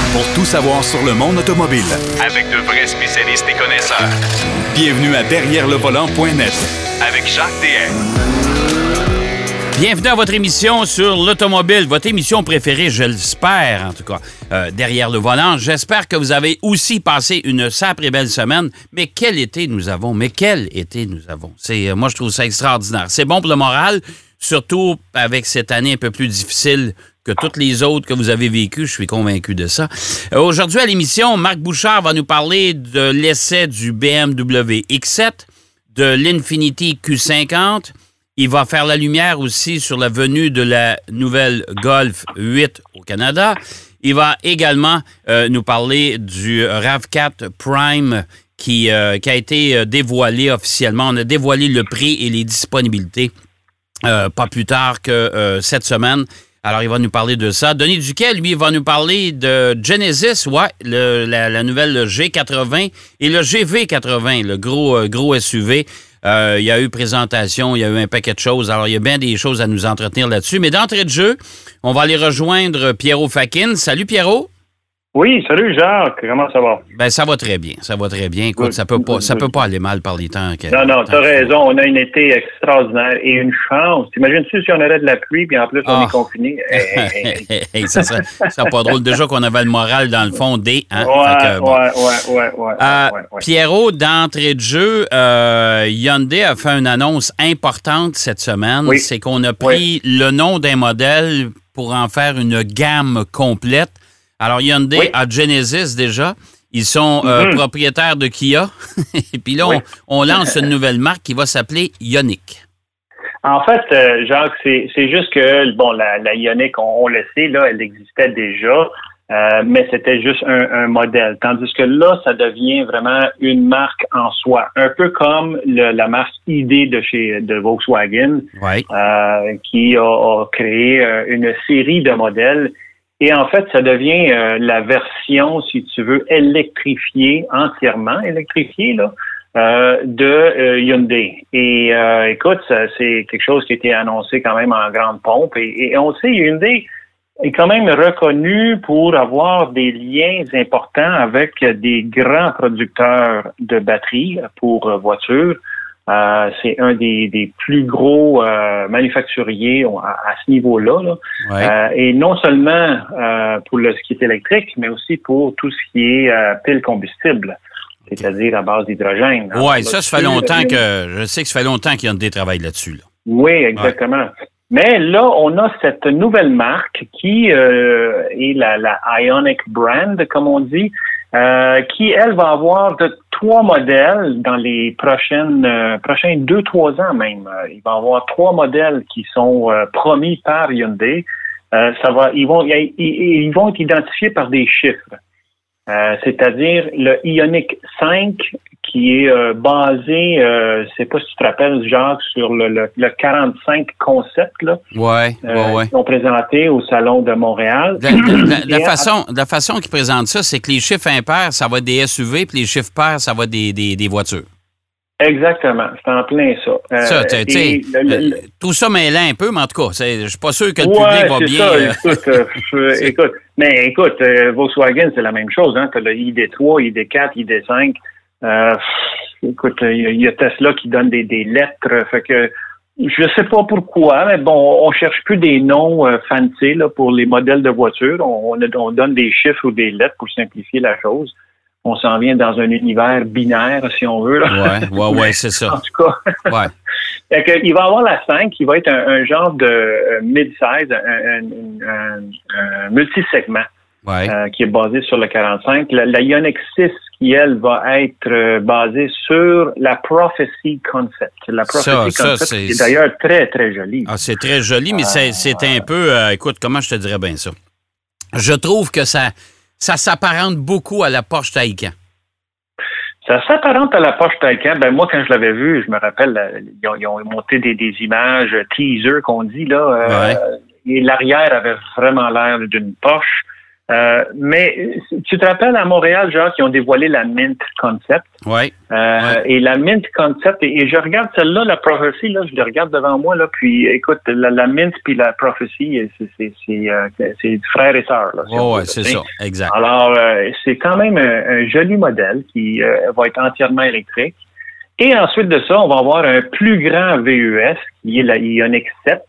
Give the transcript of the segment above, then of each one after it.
pour tout savoir sur le monde automobile. Avec de vrais spécialistes et connaisseurs. Bienvenue à DerrièreLeVolant.net avec Jacques DM. Bienvenue à votre émission sur l'automobile, votre émission préférée, je l'espère en tout cas, derrière le volant. J'espère que vous avez aussi passé une sacrée belle semaine. Mais quel été nous avons, moi, je trouve ça extraordinaire. C'est bon pour le moral, surtout avec cette année un peu plus difficile que toutes les autres que vous avez vécues. Je suis convaincu de ça. Aujourd'hui à l'émission, Marc Bouchard va nous parler de l'essai du BMW X7, de l'Infiniti Q50. Il va faire la lumière aussi sur la venue de la nouvelle Golf 8 au Canada. Il va également nous parler du RAV4 Prime qui a été dévoilé officiellement. On a dévoilé le prix et les disponibilités pas plus tard que cette semaine. Alors, il va nous parler de ça. Denis Duquet, lui, va nous parler de Genesis, la nouvelle G80 et le GV80, le gros SUV. Il y a eu présentation, il y a eu un paquet de choses. Alors, il y a bien des choses à nous entretenir là-dessus. Mais d'entrée de jeu, on va aller rejoindre Pierrot Fakin. Salut, Pierrot. Oui, salut Jacques, comment ça va? Ben ça va très bien. Écoute, ça peut pas aller mal par les temps. Non, t'as raison, on a un été extraordinaire et une chance. T'imagines-tu si on aurait de la pluie puis en plus on est confiné? Ça serait pas drôle. Déjà qu'on avait le moral dans le fond des... Hein? Ouais. Pierrot, d'entrée de jeu, Hyundai a fait une annonce importante cette semaine. Oui. C'est qu'on a pris le nom d'un modèle pour en faire une gamme complète. Alors, Hyundai a Genesis déjà. Ils sont propriétaires de Kia. Et puis là, on lance une nouvelle marque qui va s'appeler Ioniq. En fait, Jacques, c'est juste que, la Ioniq, on le sait, là, elle existait déjà, mais c'était juste un modèle. Tandis que là, ça devient vraiment une marque en soi. Un peu comme la marque ID de Volkswagen, qui a créé une série de modèles. Et en fait, ça devient la version, si tu veux, entièrement électrifiée, de Hyundai. Et écoute, c'est quelque chose qui a été annoncé quand même en grande pompe. Et on sait, Hyundai est quand même reconnu pour avoir des liens importants avec des grands producteurs de batteries pour voitures. C'est un des plus gros manufacturiers à ce niveau-là. Et non seulement pour ce qui est électrique, mais aussi pour tout ce qui est pile combustible, c'est-à-dire à base d'hydrogène. Oui, ça fait longtemps je sais que ça fait longtemps qu'il y a des travaux là-dessus. Là. Oui, exactement. Ouais. Mais là, on a cette nouvelle marque qui est la Ioniq brand, comme on dit, qui, elle, va avoir 3 modèles dans les prochains 2-3 ans même. Il va y avoir 3 modèles qui sont promis par Hyundai. Ils vont être identifiés par des chiffres. C'est-à-dire le Ioniq 5 qui est basé, je sais pas si tu te rappelles, Jacques, sur le 45 concept là. Qu'ils ont présenté au Salon de Montréal. La façon qu'ils présentent ça, c'est que les chiffres impairs, ça va être des SUV, puis les chiffres pairs, ça va être des voitures. Exactement, c'est en plein ça. Tout ça mêlant un peu, mais en tout cas, je suis pas sûr que le public va bien. Écoute, Volkswagen, c'est la même chose. Hein? Tu as le ID3, ID4, ID5. Écoute, il y a Tesla qui donne des lettres. Fait que je sais pas pourquoi, mais bon, on cherche plus des noms fancy là, pour les modèles de voitures. On donne des chiffres ou des lettres pour simplifier la chose. On s'en vient dans un univers binaire, si on veut. Là. Ouais, c'est ça. En tout cas. Fait que, il va avoir la 5 qui va être un genre de mid-size, un multisegment qui est basé sur le 45. La Ioniq 6 qui, elle, va être basée sur la Prophecy Concept. La Prophecy Concept qui est d'ailleurs très, très jolie. Ah, c'est très joli, mais c'est un peu... écoute, comment je te dirais bien ça? Je trouve que ça s'apparente beaucoup à la Porsche Taycan. Ça s'apparente à la Porsche Taycan. Ben moi, quand je l'avais vu, je me rappelle, ils ont monté des images teaser qu'on dit là. Et l'arrière avait vraiment l'air d'une Porsche. Mais tu te rappelles à Montréal, genre, qui ont dévoilé la Mint Concept. Oui. Et la Mint Concept, et je regarde celle-là, la Prophecy, là, je le regarde devant moi, là, puis écoute, la Mint puis la Prophecy, c'est frère et sœur. Oui, c'est ça, exact. Alors, c'est quand même un joli modèle qui va être entièrement électrique. Et ensuite de ça, on va avoir un plus grand VUS, qui est la Ioniq 7.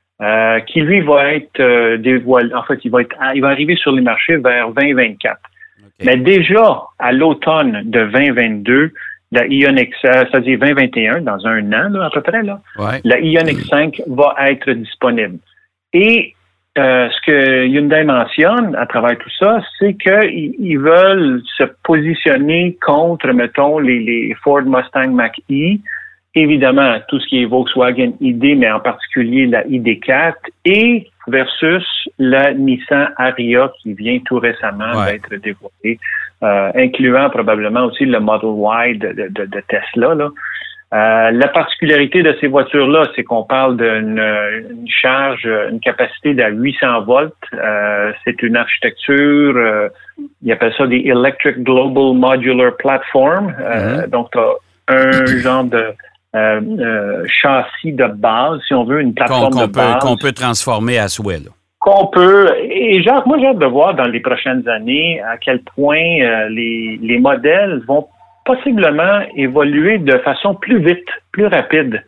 Qui lui va être dévoilé. En fait, il va arriver sur les marchés vers 2024. Okay. Mais déjà à l'automne de 2022, la Ioniq, c'est-à-dire 2021, dans un an là, à peu près là, la Ioniq 5 va être disponible. Et ce que Hyundai mentionne à travers tout ça, c'est qu'ils veulent se positionner contre, mettons, les Ford Mustang Mach-E. Évidemment, tout ce qui est Volkswagen ID, mais en particulier la ID4, et versus la Nissan Ariya qui vient tout récemment d'être dévoilée, incluant probablement aussi le Model Y de Tesla. Là. La particularité de ces voitures-là, c'est qu'on parle d'une charge, une capacité de 800 volts. C'est une architecture, ils appellent ça des Electric Global Modular Platform. Donc, tu as un genre de châssis de base, si on veut, une plateforme de base. Qu'on peut transformer à souhait. Là. Qu'on peut. Et Jacques, moi, j'ai hâte de voir dans les prochaines années à quel point les modèles vont possiblement évoluer de façon plus vite, plus rapide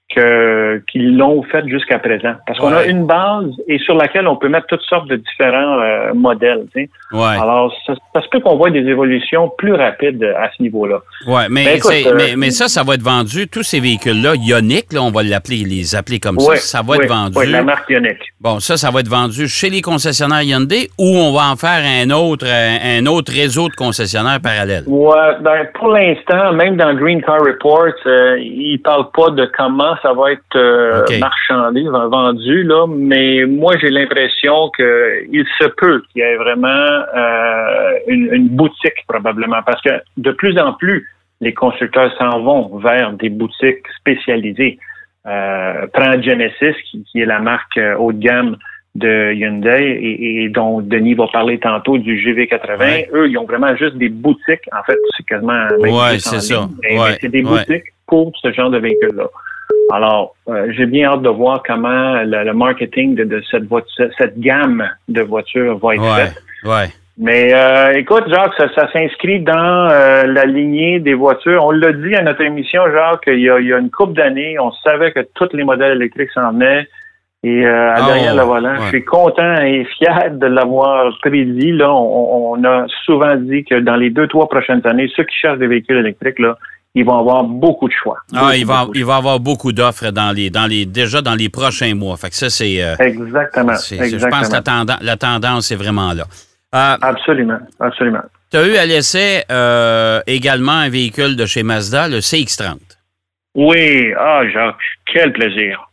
qu'ils l'ont fait jusqu'à présent. Parce qu'on a une base et sur laquelle on peut mettre toutes sortes de différents modèles. Tu sais. Alors, ça se peut qu'on voit des évolutions plus rapides à ce niveau-là. Oui, mais, mais ça va être vendu, tous ces véhicules-là, Ioniq, là, on va les appeler comme ça va être vendu. Oui, la marque Ioniq. Bon, ça va être vendu chez les concessionnaires Hyundai ou on va en faire un autre réseau de concessionnaires parallèles? Oui, ben, pour l'instant, même dans Green Car Report, ils ne parlent pas de comment ça va être marchandé, vendu, là, mais moi, j'ai l'impression qu'il se peut qu'il y ait vraiment une boutique, probablement, parce que de plus en plus, les constructeurs s'en vont vers des boutiques spécialisées. Prends Genesis, qui est la marque haut de gamme de Hyundai et dont Denis va parler tantôt du GV80. Ouais. Eux, ils ont vraiment juste des boutiques. En fait, c'est quasiment... c'est ça. Mais c'est des boutiques pour ce genre de véhicule-là. Alors, j'ai bien hâte de voir comment le marketing de cette gamme de voitures va être faite. Mais écoute, Jacques, ça s'inscrit dans la lignée des voitures. On l'a dit à notre émission, Jacques, il y a une couple d'années, on savait que tous les modèles électriques s'en venaient. Et derrière le volant, je suis content et fier de l'avoir prédit. Là, on a souvent dit que dans les 2-3 prochaines années, ceux qui cherchent des véhicules électriques, là, ils vont avoir beaucoup de choix. Il va y avoir beaucoup d'offres déjà dans les prochains mois. Fait que ça, c'est... Exactement. Je pense que la tendance est vraiment là. Absolument. Tu as eu à l'essai également un véhicule de chez Mazda, le CX-30. Oui. Jacques, quel plaisir.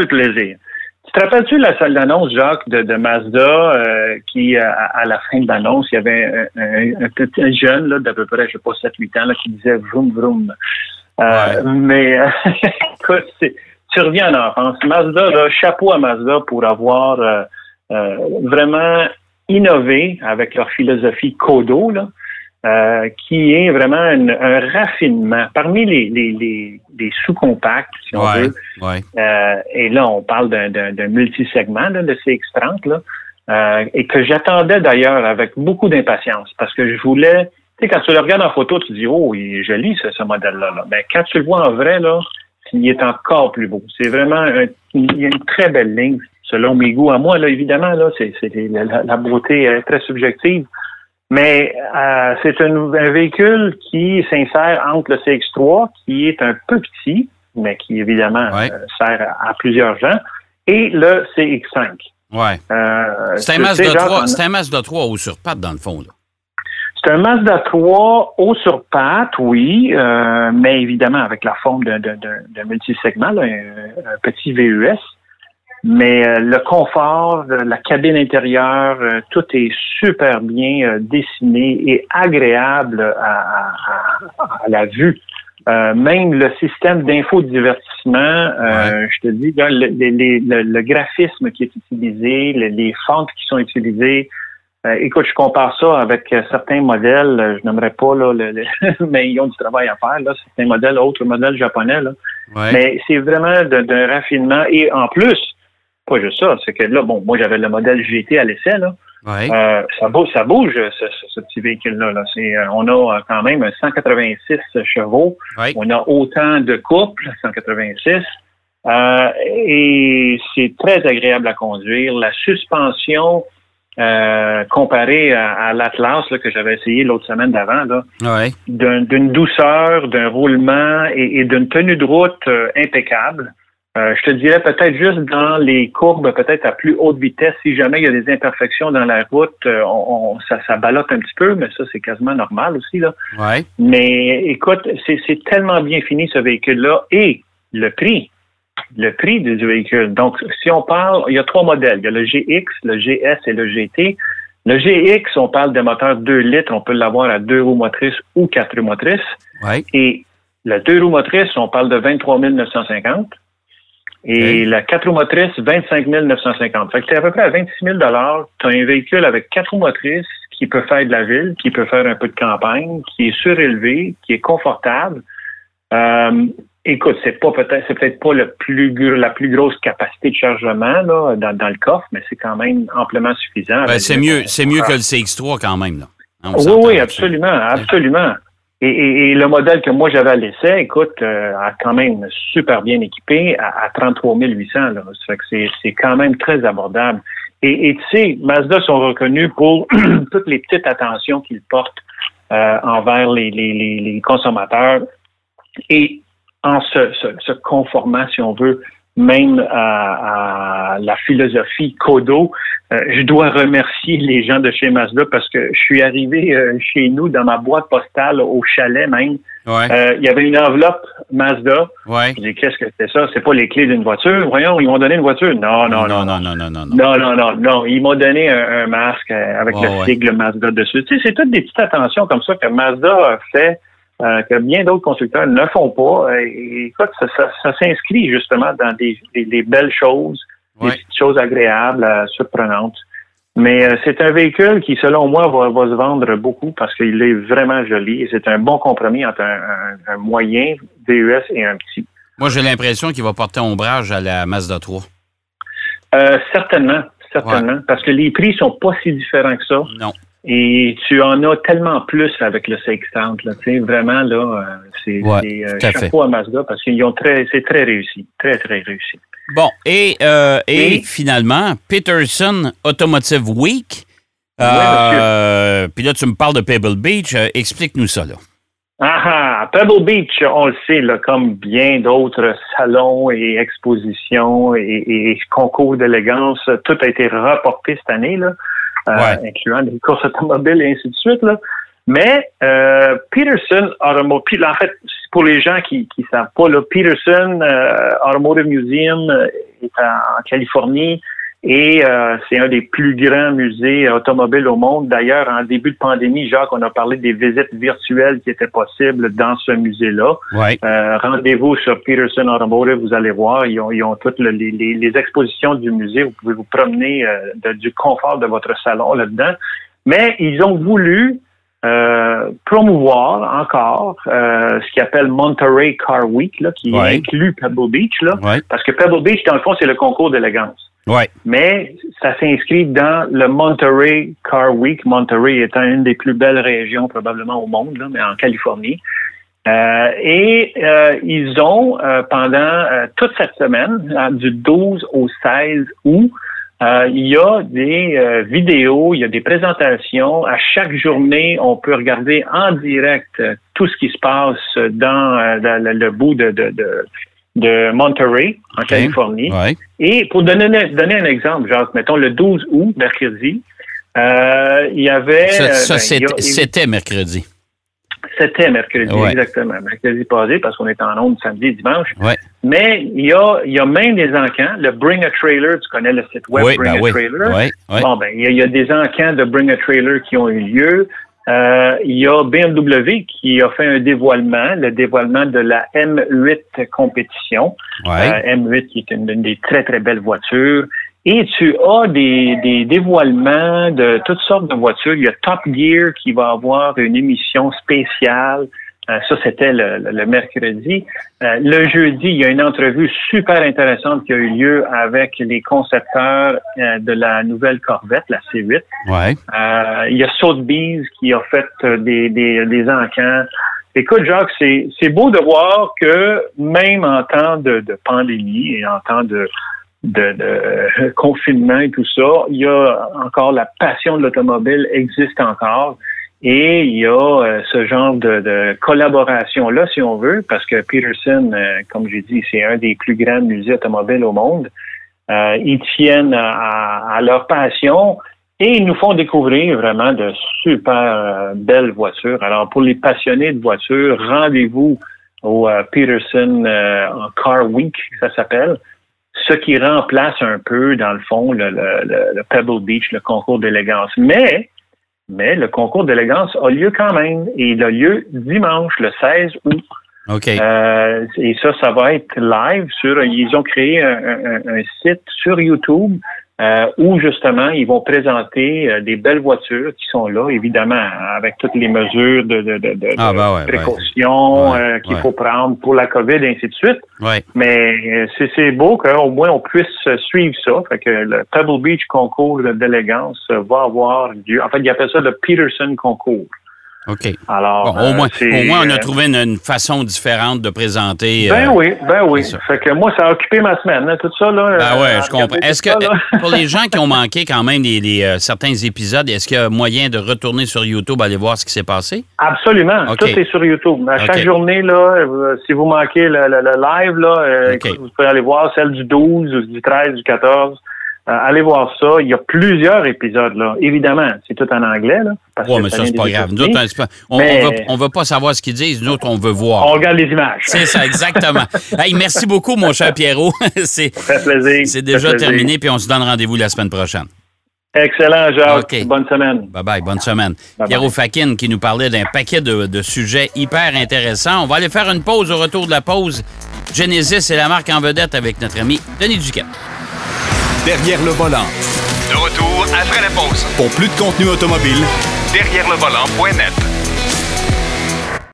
Tu te rappelles-tu la salle d'annonce, Jacques, de Mazda, qui, à la fin de l'annonce, il y avait un jeune là, d'à peu près, je sais pas, 7-8 ans, là, qui disait « vroom, vroom ». Mais, écoute, tu reviens en enfance. Mazda, là, chapeau à Mazda pour avoir vraiment innové avec leur philosophie Kodo, là. Qui est vraiment un raffinement. Parmi les sous-compacts, si on veut, et là, on parle d'un multisegment, là, de CX-30, là, et que j'attendais d'ailleurs avec beaucoup d'impatience, parce que je voulais, tu sais, quand tu le regardes en photo, tu dis, oh, il est joli, ce modèle-là. Là. Ben, quand tu le vois en vrai, là, il est encore plus beau. C'est vraiment, il y a une très belle ligne, selon mes goûts à moi, là, évidemment, là, la beauté est très subjective. Mais c'est un véhicule qui s'insère entre le CX-3, qui est un peu petit, mais qui évidemment sert à plusieurs gens, et le CX-5. C'est un Mazda 3 haut sur pattes, dans le fond. Là. C'est un Mazda 3 haut sur pattes, oui, mais évidemment avec la forme d'un multisegment, là, un petit VUS. Mais le confort, la cabine intérieure, tout est super bien dessiné et agréable à la vue. Même le système d'infodivertissement, je te dis, là, le graphisme qui est utilisé, les fontes qui sont utilisées, écoute, je compare ça avec certains modèles, je n'aimerais pas, là, mais ils ont du travail à faire, là, certains modèles, autres modèles japonais, là. Ouais. Mais c'est vraiment d'un raffinement. Et en plus, pas juste ça, c'est que là, bon, moi, j'avais le modèle GT à l'essai, là. Ouais. Ça bouge, ce petit véhicule-là. Là. On a quand même 186 chevaux. Ouais. On a autant de couples, 186. Et c'est très agréable à conduire. La suspension, comparée à l'Atlas là, que j'avais essayé l'autre semaine d'avant, là, Ouais. d'une douceur, d'un roulement et d'une tenue de route impeccable. Je te dirais peut-être juste dans les courbes, peut-être à plus haute vitesse, si jamais il y a des imperfections dans la route, ça ballotte un petit peu, mais ça, c'est quasiment normal aussi, là. Ouais. Mais écoute, c'est tellement bien fini, ce véhicule-là. Et le prix du véhicule. Donc, si on parle, il y a 3 modèles. Il y a le GX, le GS et le GT. Le GX, on parle de moteur 2 litres. On peut l'avoir à 2 roues motrices ou 4 roues motrices. Ouais. Et la 2 roues motrices, on parle de 23 950. Et la 4 roues motrices, 25 950. Fait que c'est à peu près à 26 000 $. Tu as un véhicule avec 4 roues motrices qui peut faire de la ville, qui peut faire un peu de campagne, qui est surélevé, qui est confortable. Écoute, c'est peut-être pas la plus grosse capacité de chargement là, dans le coffre, mais c'est quand même amplement suffisant. Ben, c'est mieux que le CX3 quand même, là. Oui, absolument. Et le modèle que moi j'avais à l'essai, écoute, a quand même super bien équipé à 33 800. Là. Ça fait que c'est quand même très abordable. Et tu sais, Mazda sont reconnus pour toutes les petites attentions qu'ils portent envers les consommateurs et en se conformant, si on veut, même à la philosophie Kodo. Je dois remercier les gens de chez Mazda parce que je suis arrivé chez nous dans ma boîte postale au chalet même. Ouais. Il y avait une enveloppe Mazda. Ouais. Je dis, qu'est-ce que c'est ça? C'est pas les clés d'une voiture. Voyons, ils m'ont donné une voiture. Non. Ils m'ont donné un masque avec le sigle Mazda dessus. Tu sais, c'est toutes des petites attentions comme ça que Mazda fait. Que bien d'autres constructeurs ne font pas. Et écoute, ça s'inscrit justement dans des belles choses, des petites choses agréables, surprenantes. Mais c'est un véhicule qui, selon moi, va se vendre beaucoup parce qu'il est vraiment joli et c'est un bon compromis entre un moyen VUS et un petit. Moi, j'ai l'impression qu'il va porter ombrage à la Mazda 3. Certainement, parce que les prix sont pas si différents que ça. Non. Et tu en as tellement plus avec le CX-30, là, tu sais, vraiment, là, c'est chapeau à Mazda parce qu'ils c'est très réussi, très, très réussi. Bon, et finalement, Peterson Automotive Week. Puis là, tu me parles de Pebble Beach. Explique-nous ça, là. Pebble Beach, on le sait, là, comme bien d'autres salons et expositions et concours d'élégance, tout a été reporté cette année, là. Incluant des courses automobiles et ainsi de suite. Là. Mais Peterson Automotive, en fait, pour les gens qui savent pas, là, Peterson Automotive Museum est en Californie et c'est un des plus grands musées automobiles au monde. D'ailleurs, en début de pandémie, Jacques, on a parlé des visites virtuelles qui étaient possibles dans ce musée-là. Ouais. Rendez-vous sur Peterson Automotive, vous allez voir, ils ont toutes les expositions du musée. Vous pouvez vous promener du confort de votre salon là-dedans. Mais ils ont voulu promouvoir encore ce qu'ils appellent Monterey Car Week, là, qui inclut Pebble Beach, là, parce que Pebble Beach, dans le fond, c'est le concours d'élégance. Ouais. Mais ça s'inscrit dans le Monterey Car Week. Monterey étant une des plus belles régions probablement au monde, là, mais en Californie. Ils ont, pendant toute cette semaine, du 12 au 16 août, il y a des vidéos, il y a des présentations. À chaque journée, on peut regarder en direct tout ce qui se passe dans le bout de Monterey, en Californie. Ouais. Et pour donner un exemple, genre, mettons le 12 août, mercredi, il y avait... C'était mercredi. C'était mercredi, exactement. Mercredi passé, parce qu'on est en ondes samedi et dimanche. Ouais. Mais il y a même des encans. Le Bring a Trailer, tu connais le site web Bring a Trailer. Oui. Bon, ben, il y a des encans de Bring a Trailer qui ont eu lieu. Il y a BMW qui a fait un dévoilement, le dévoilement de la M8 compétition. M8 qui est une des très, très belles voitures. Et tu as des dévoilements de toutes sortes de voitures. Il y a Top Gear qui va avoir une émission spéciale. Ça, c'était le mercredi. Le jeudi, il y a une entrevue super intéressante qui a eu lieu avec les concepteurs de la nouvelle Corvette, la C8. Ouais. Il y a Sotheby's qui a fait des encans. Écoute, Jacques, c'est beau de voir que même en temps de pandémie et en temps de confinement et tout ça, il y a encore la passion de l'automobile existe encore. Et il y a ce genre de collaboration-là, si on veut, parce que Peterson, comme j'ai dit, c'est un des plus grands musées automobiles au monde. Ils tiennent à leur passion et ils nous font découvrir vraiment de super belles voitures. Alors, pour les passionnés de voitures, rendez-vous au Peterson Car Week, ça s'appelle, ce qui remplace un peu, dans le fond, le Pebble Beach, le concours d'élégance. Mais le concours d'élégance a lieu quand même. Et il a lieu dimanche, le 16 août. OK. Et ça va être live ils ont créé un site sur YouTube où justement ils vont présenter des belles voitures qui sont là, évidemment, avec toutes les mesures de précaution qu'il faut prendre pour la COVID et ainsi de suite. Ouais. Mais c'est beau qu'au moins on puisse suivre ça. Fait que le Pebble Beach concours d'élégance va avoir lieu. En fait, ils appellent ça le Peterson concours. OK. Alors, au moins, on a trouvé une façon différente de présenter. Ben oui. Fait que moi, ça a occupé ma semaine, hein, tout ça, là. Ben ouais, je comprends. Est-ce que, pour les gens qui ont manqué quand même certains épisodes, est-ce qu'il y a moyen de retourner sur YouTube, aller voir ce qui s'est passé? Absolument. Okay. Tout est sur YouTube. À chaque journée, là, si vous manquez le live, là, vous pouvez aller voir celle du 12, du 13, du 14. Allez voir ça. Il y a plusieurs épisodes, là. Évidemment, c'est tout en anglais, là. Oui, mais ça, c'est pas grave. Nous autres, on veut pas savoir ce qu'ils disent. Nous autres, on veut voir. On regarde les images. C'est ça, exactement. Hey, merci beaucoup, mon cher Pierrot. Ça fait plaisir. C'est déjà terminé, puis on se donne rendez-vous la semaine prochaine. Excellent, Jacques. Okay. Bonne semaine. Bye-bye, bonne semaine. Bye-bye. Pierrot Fakin qui nous parlait d'un paquet de sujets hyper intéressants. On va aller faire une pause. Au retour de la pause, Genesis et la marque en vedette avec notre ami Denis Duquette. Derrière le volant. De retour après la pause. Pour plus de contenu automobile, derrière le volant.net.